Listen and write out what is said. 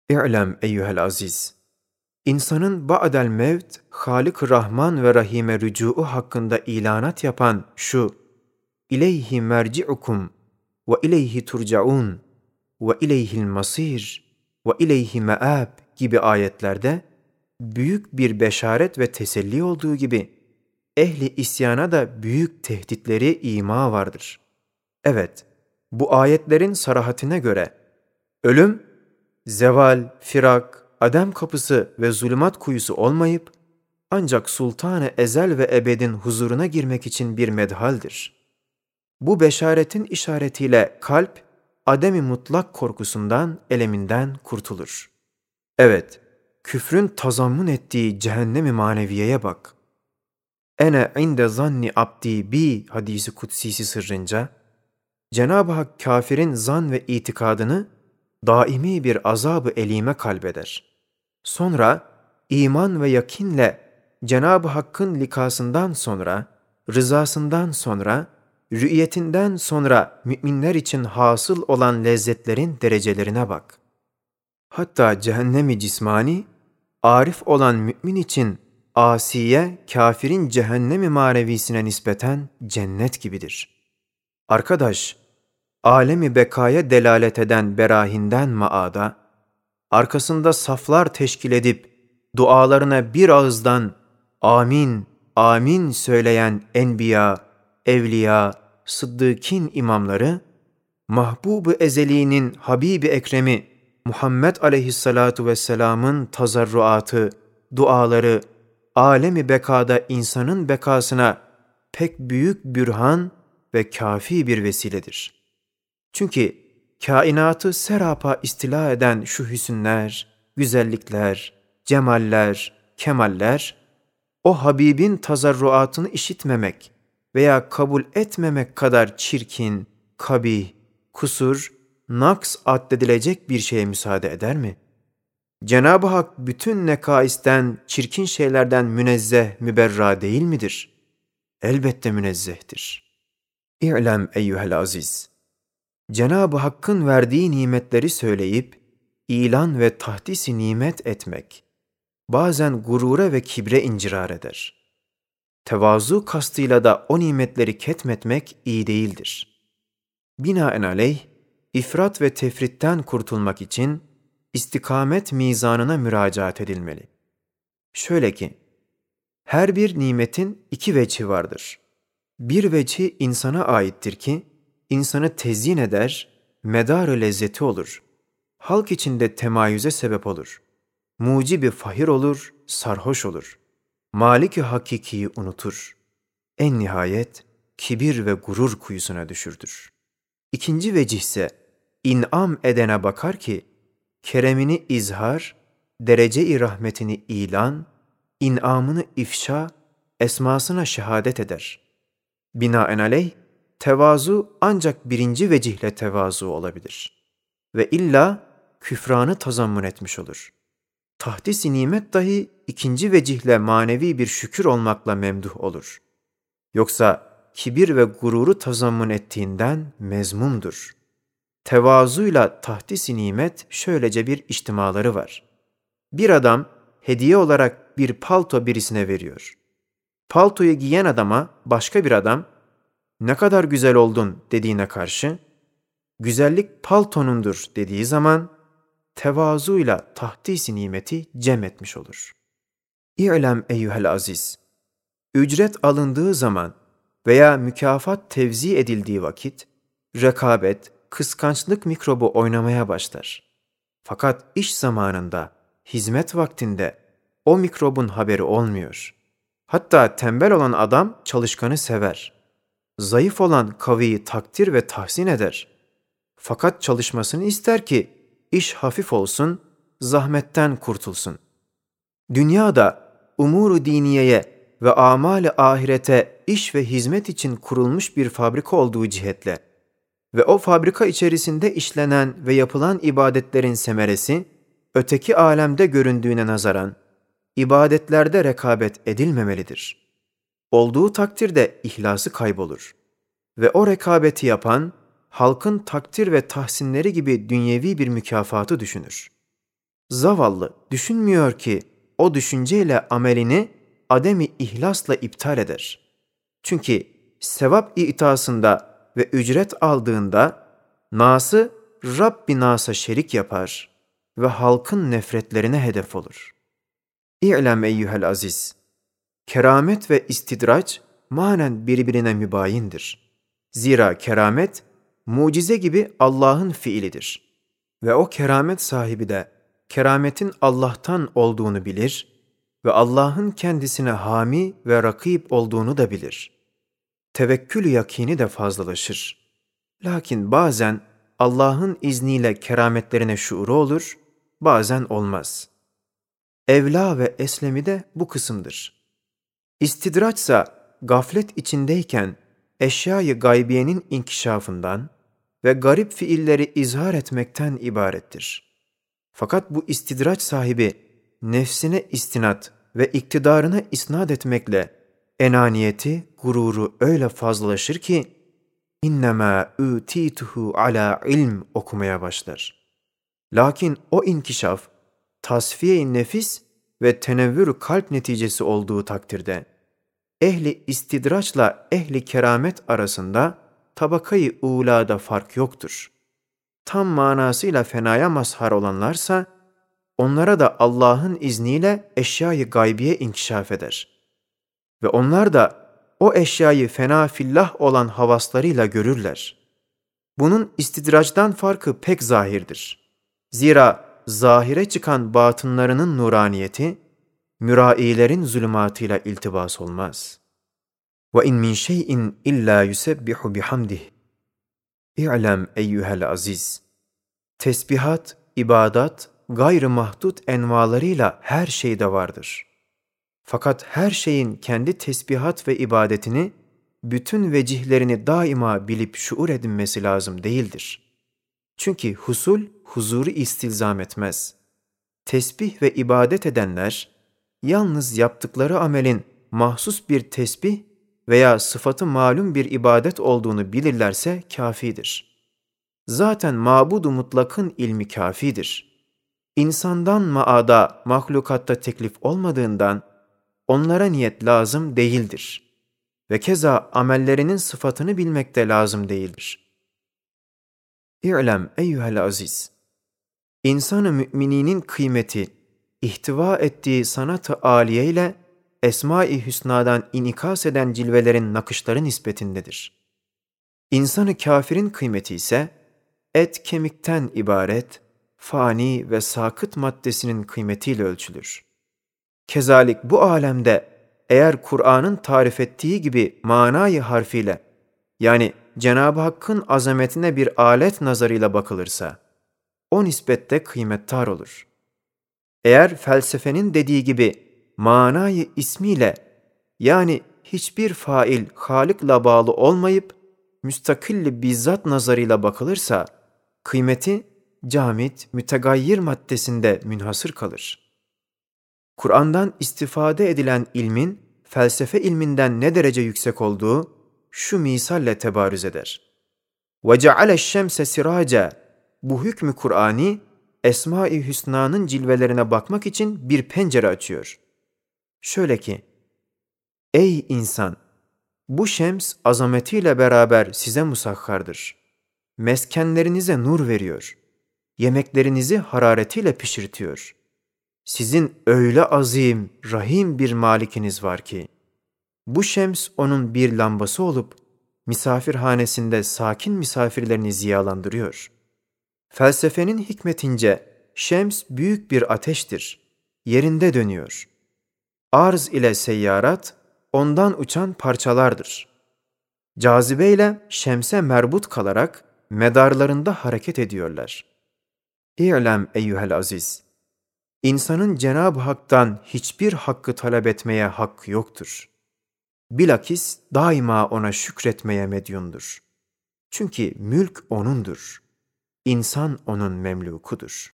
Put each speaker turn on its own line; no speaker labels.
İ'lem eyyuhel aziz. İnsanın ba'del mevt, Halik-ı Rahman ve Rahim'e rücu'u hakkında ilanat yapan şu: İleyhi merci'ukum ve ileyhi turcaun ve ileyhil masir ve ileyhi me'ab gibi ayetlerde büyük bir beşaret ve teselli olduğu gibi ehli isyana da büyük tehditleri ima vardır. Evet, bu ayetlerin sarahatine göre ölüm, zeval, firak, adem kapısı ve zulümat kuyusu olmayıp ancak Sultan-ı Ezel ve Ebed'in huzuruna girmek için bir medhaldir. Bu beşaretin işaretiyle kalp, ademi mutlak korkusundan, eleminden kurtulur. Evet, küfrün tazammun ettiği cehennem-i maneviyeye bak. Ene inde zanni abdi bi hadisi kutsisi sırrınca, Cenab-ı Hak kafirin zan ve itikadını daimi bir azab-ı elime kalbeder. Sonra iman ve yakinle Cenab-ı Hakk'ın likasından sonra, rızasından sonra, rü'yetinden sonra müminler için hasıl olan lezzetlerin derecelerine bak. Hatta cehennemi cismani, arif olan mümin için asiye, kafirin cehennemi manevisine nispeten cennet gibidir. Arkadaş, alemi bekaya delalet eden berahinden maada, arkasında saflar teşkil edip dualarına bir ağızdan amin, amin söyleyen enbiya, evliya, sıddıkîn imamları, Mahbub-ı Ezeli'nin Habibi Ekrem'i Muhammed aleyhissalatu vesselamın tazarruatı, duaları, alemi bekada insanın bekasına pek büyük bürhan ve kafi bir vesiledir. Çünkü kainatı serapa istila eden şu hüsünler, güzellikler, cemaller, kemaller, o Habibin tazarruatını işitmemek veya kabul etmemek kadar çirkin, kabih, kusur, naks addedilecek bir şeye müsaade eder mi? Cenab-ı Hak bütün nekaisten, çirkin şeylerden münezzeh, müberra değil midir? Elbette münezzehtir. İ'lem eyyuhel aziz. Cenab-ı Hakk'ın verdiği nimetleri söyleyip, ilan ve tahdis-i nimet etmek, bazen gurura ve kibre incirar eder. Tevazu kastıyla da o nimetleri ketmetmek iyi değildir. Binaenaleyh, ifrat ve tefritten kurtulmak için istikamet mizanına müracaat edilmeli. Şöyle ki, her bir nimetin iki vecihi vardır. Bir vecihi insana aittir ki, insanı tezyin eder, medar-ı lezzeti olur. Halk içinde temayüze sebep olur. Mucibi fahir olur, sarhoş olur. Malik-i hakikiyi unutur. En nihayet kibir ve gurur kuyusuna düşürdür. İkinci vecih ise in'am edene bakar ki, keremini izhar, derece-i rahmetini ilan, in'amını ifşa, esmasına şehadet eder. Binaenaleyh, tevazu ancak birinci vecihle tevazu olabilir. Ve illa küfranı tazammun etmiş olur. Tahdis-i nimet dahi ikinci vecihle manevi bir şükür olmakla memduh olur. Yoksa kibir ve gururu tazammun ettiğinden mezmumdur. Tevazuyla tahdis-i nimet şöylece bir içtimaları var. Bir adam hediye olarak bir palto birisine veriyor. Paltoyu giyen adama başka bir adam, "Ne kadar güzel oldun" dediğine karşı, "Güzellik paltonundur" dediği zaman, tevazuyla tahdis-i nimeti cem etmiş olur. İ'lem eyyuhel aziz. Ücret alındığı zaman veya mükafat tevzi edildiği vakit, rekabet, kıskançlık mikrobu oynamaya başlar. Fakat iş zamanında, hizmet vaktinde o mikrobun haberi olmuyor. Hatta tembel olan adam çalışkanı sever. Zayıf olan kaviyi takdir ve tahsin eder. Fakat çalışmasını ister ki iş hafif olsun, zahmetten kurtulsun. Dünyada umuru diniyeye ve amali ahirete iş ve hizmet için kurulmuş bir fabrika olduğu cihetle ve o fabrika içerisinde işlenen ve yapılan ibadetlerin semeresi öteki alemde göründüğüne nazaran ibadetlerde rekabet edilmemelidir. Olduğu takdirde ihlası kaybolur ve o rekabeti yapan halkın takdir ve tahsinleri gibi dünyevi bir mükafatı düşünür. Zavallı düşünmüyor ki o düşünceyle amelini ademi ihlasla iptal eder. Çünkü sevap itasında ve ücret aldığında Nas'ı Rabbi Nas'a şerik yapar ve halkın nefretlerine hedef olur. İ'lem eyyühel aziz, keramet ve istidraç manen birbirine mübayindir. Zira keramet, mucize gibi Allah'ın fiilidir. Ve o keramet sahibi de kerametin Allah'tan olduğunu bilir ve Allah'ın kendisine hami ve rakip olduğunu da bilir. Tevekkül yakini de fazlalaşır. Lakin bazen Allah'ın izniyle kerametlerine şuuru olur, bazen olmaz. Evla ve eslemi de bu kısımdır. İstidraçsa gaflet içindeyken eşyayı gaybiyenin inkişafından ve garip fiilleri izhar etmekten ibarettir. Fakat bu istidraç sahibi nefsine istinat ve iktidarına isnat etmekle enaniyeti, gururu öyle fazlalaşır ki İnnemâ ütîtuhu alâ ilm okumaya başlar. Lakin o inkişaf, tasfiye-i nefis ve tenevvür kalp neticesi olduğu takdirde, ehli istidraçla ehli keramet arasında tabakayı ulâda fark yoktur. Tam manasıyla fenaya mazhar olanlarsa, onlara da Allah'ın izniyle eşyayı gaybiye inkişaf eder. Ve onlar da o eşyayı fena fillah olan havaslarıyla görürler. Bunun istidraçtan farkı pek zahirdir. Zira zahire çıkan batınlarının nuraniyeti, mürailerin zulümatıyla iltibas olmaz. وَاِنْ مِنْ شَيْءٍ اِلَّا يُسَبِّحُ بِحَمْدِهِ İ'lem eyyühel aziz. Tesbihat, ibadat, gayrı mahdut envalarıyla her şeyde vardır. Fakat her şeyin kendi tesbihat ve ibadetini, bütün vecihlerini daima bilip şuur edinmesi lazım değildir. Çünkü husul, huzuru istilzam etmez. Tesbih ve ibadet edenler, yalnız yaptıkları amelin mahsus bir tesbih veya sıfatı malum bir ibadet olduğunu bilirlerse kâfidir. Zaten mabud-u mutlakın ilmi kâfidir. İnsandan maada, mahlukatta teklif olmadığından, onlara niyet lazım değildir. Ve keza amellerinin sıfatını bilmek de lazım değildir. İ'lem eyyühel aziz. İnsan-ı mümininin kıymeti, ihtiva ettiği sanat-ı âliye ile Esma-i Hüsna'dan inikas eden cilvelerin nakışları nispetindedir. İnsan-ı kâfirin kıymeti ise, et kemikten ibaret, fani ve sakıt maddesinin kıymetiyle ölçülür. Kezalik bu alemde eğer Kur'an'ın tarif ettiği gibi manayı harfiyle, yani Cenab-ı Hakk'ın azametine bir alet nazarıyla bakılırsa, o nispette kıymettar olur. Eğer felsefenin dediği gibi manayı ismiyle, yani hiçbir fail Halık'la bağlı olmayıp, müstakilli bizzat nazarıyla bakılırsa, kıymeti camit, mütegayyir maddesinde münhasır kalır. Kur'an'dan istifade edilen ilmin, felsefe ilminden ne derece yüksek olduğu, şu misalle tebarüz eder. وَجَعَلَ الشَّمْسَ سِرَاجًا Bu hükmü Kur'ani, Esma-i Hüsna'nın cilvelerine bakmak için bir pencere açıyor. Şöyle ki, ey insan! Bu şems azametiyle beraber size musahhardır. Meskenlerinize nur veriyor. Yemeklerinizi hararetiyle pişirtiyor. Sizin öyle azim, rahim bir malikiniz var ki, bu şems onun bir lambası olup, misafirhanesinde sakin misafirlerini ziyalandırıyor. Felsefenin hikmetince, şems büyük bir ateştir, yerinde dönüyor. Arz ile seyyarat, ondan uçan parçalardır. Cazibeyle şemse merbut kalarak, medarlarında hareket ediyorlar. İ'lem eyyühel aziz. İnsanın Cenab-ı Hak'tan hiçbir hakkı talep etmeye hakkı yoktur. Bilakis daima ona şükretmeye medyundur. Çünkü mülk O'nundur. İnsan O'nun memlukudur.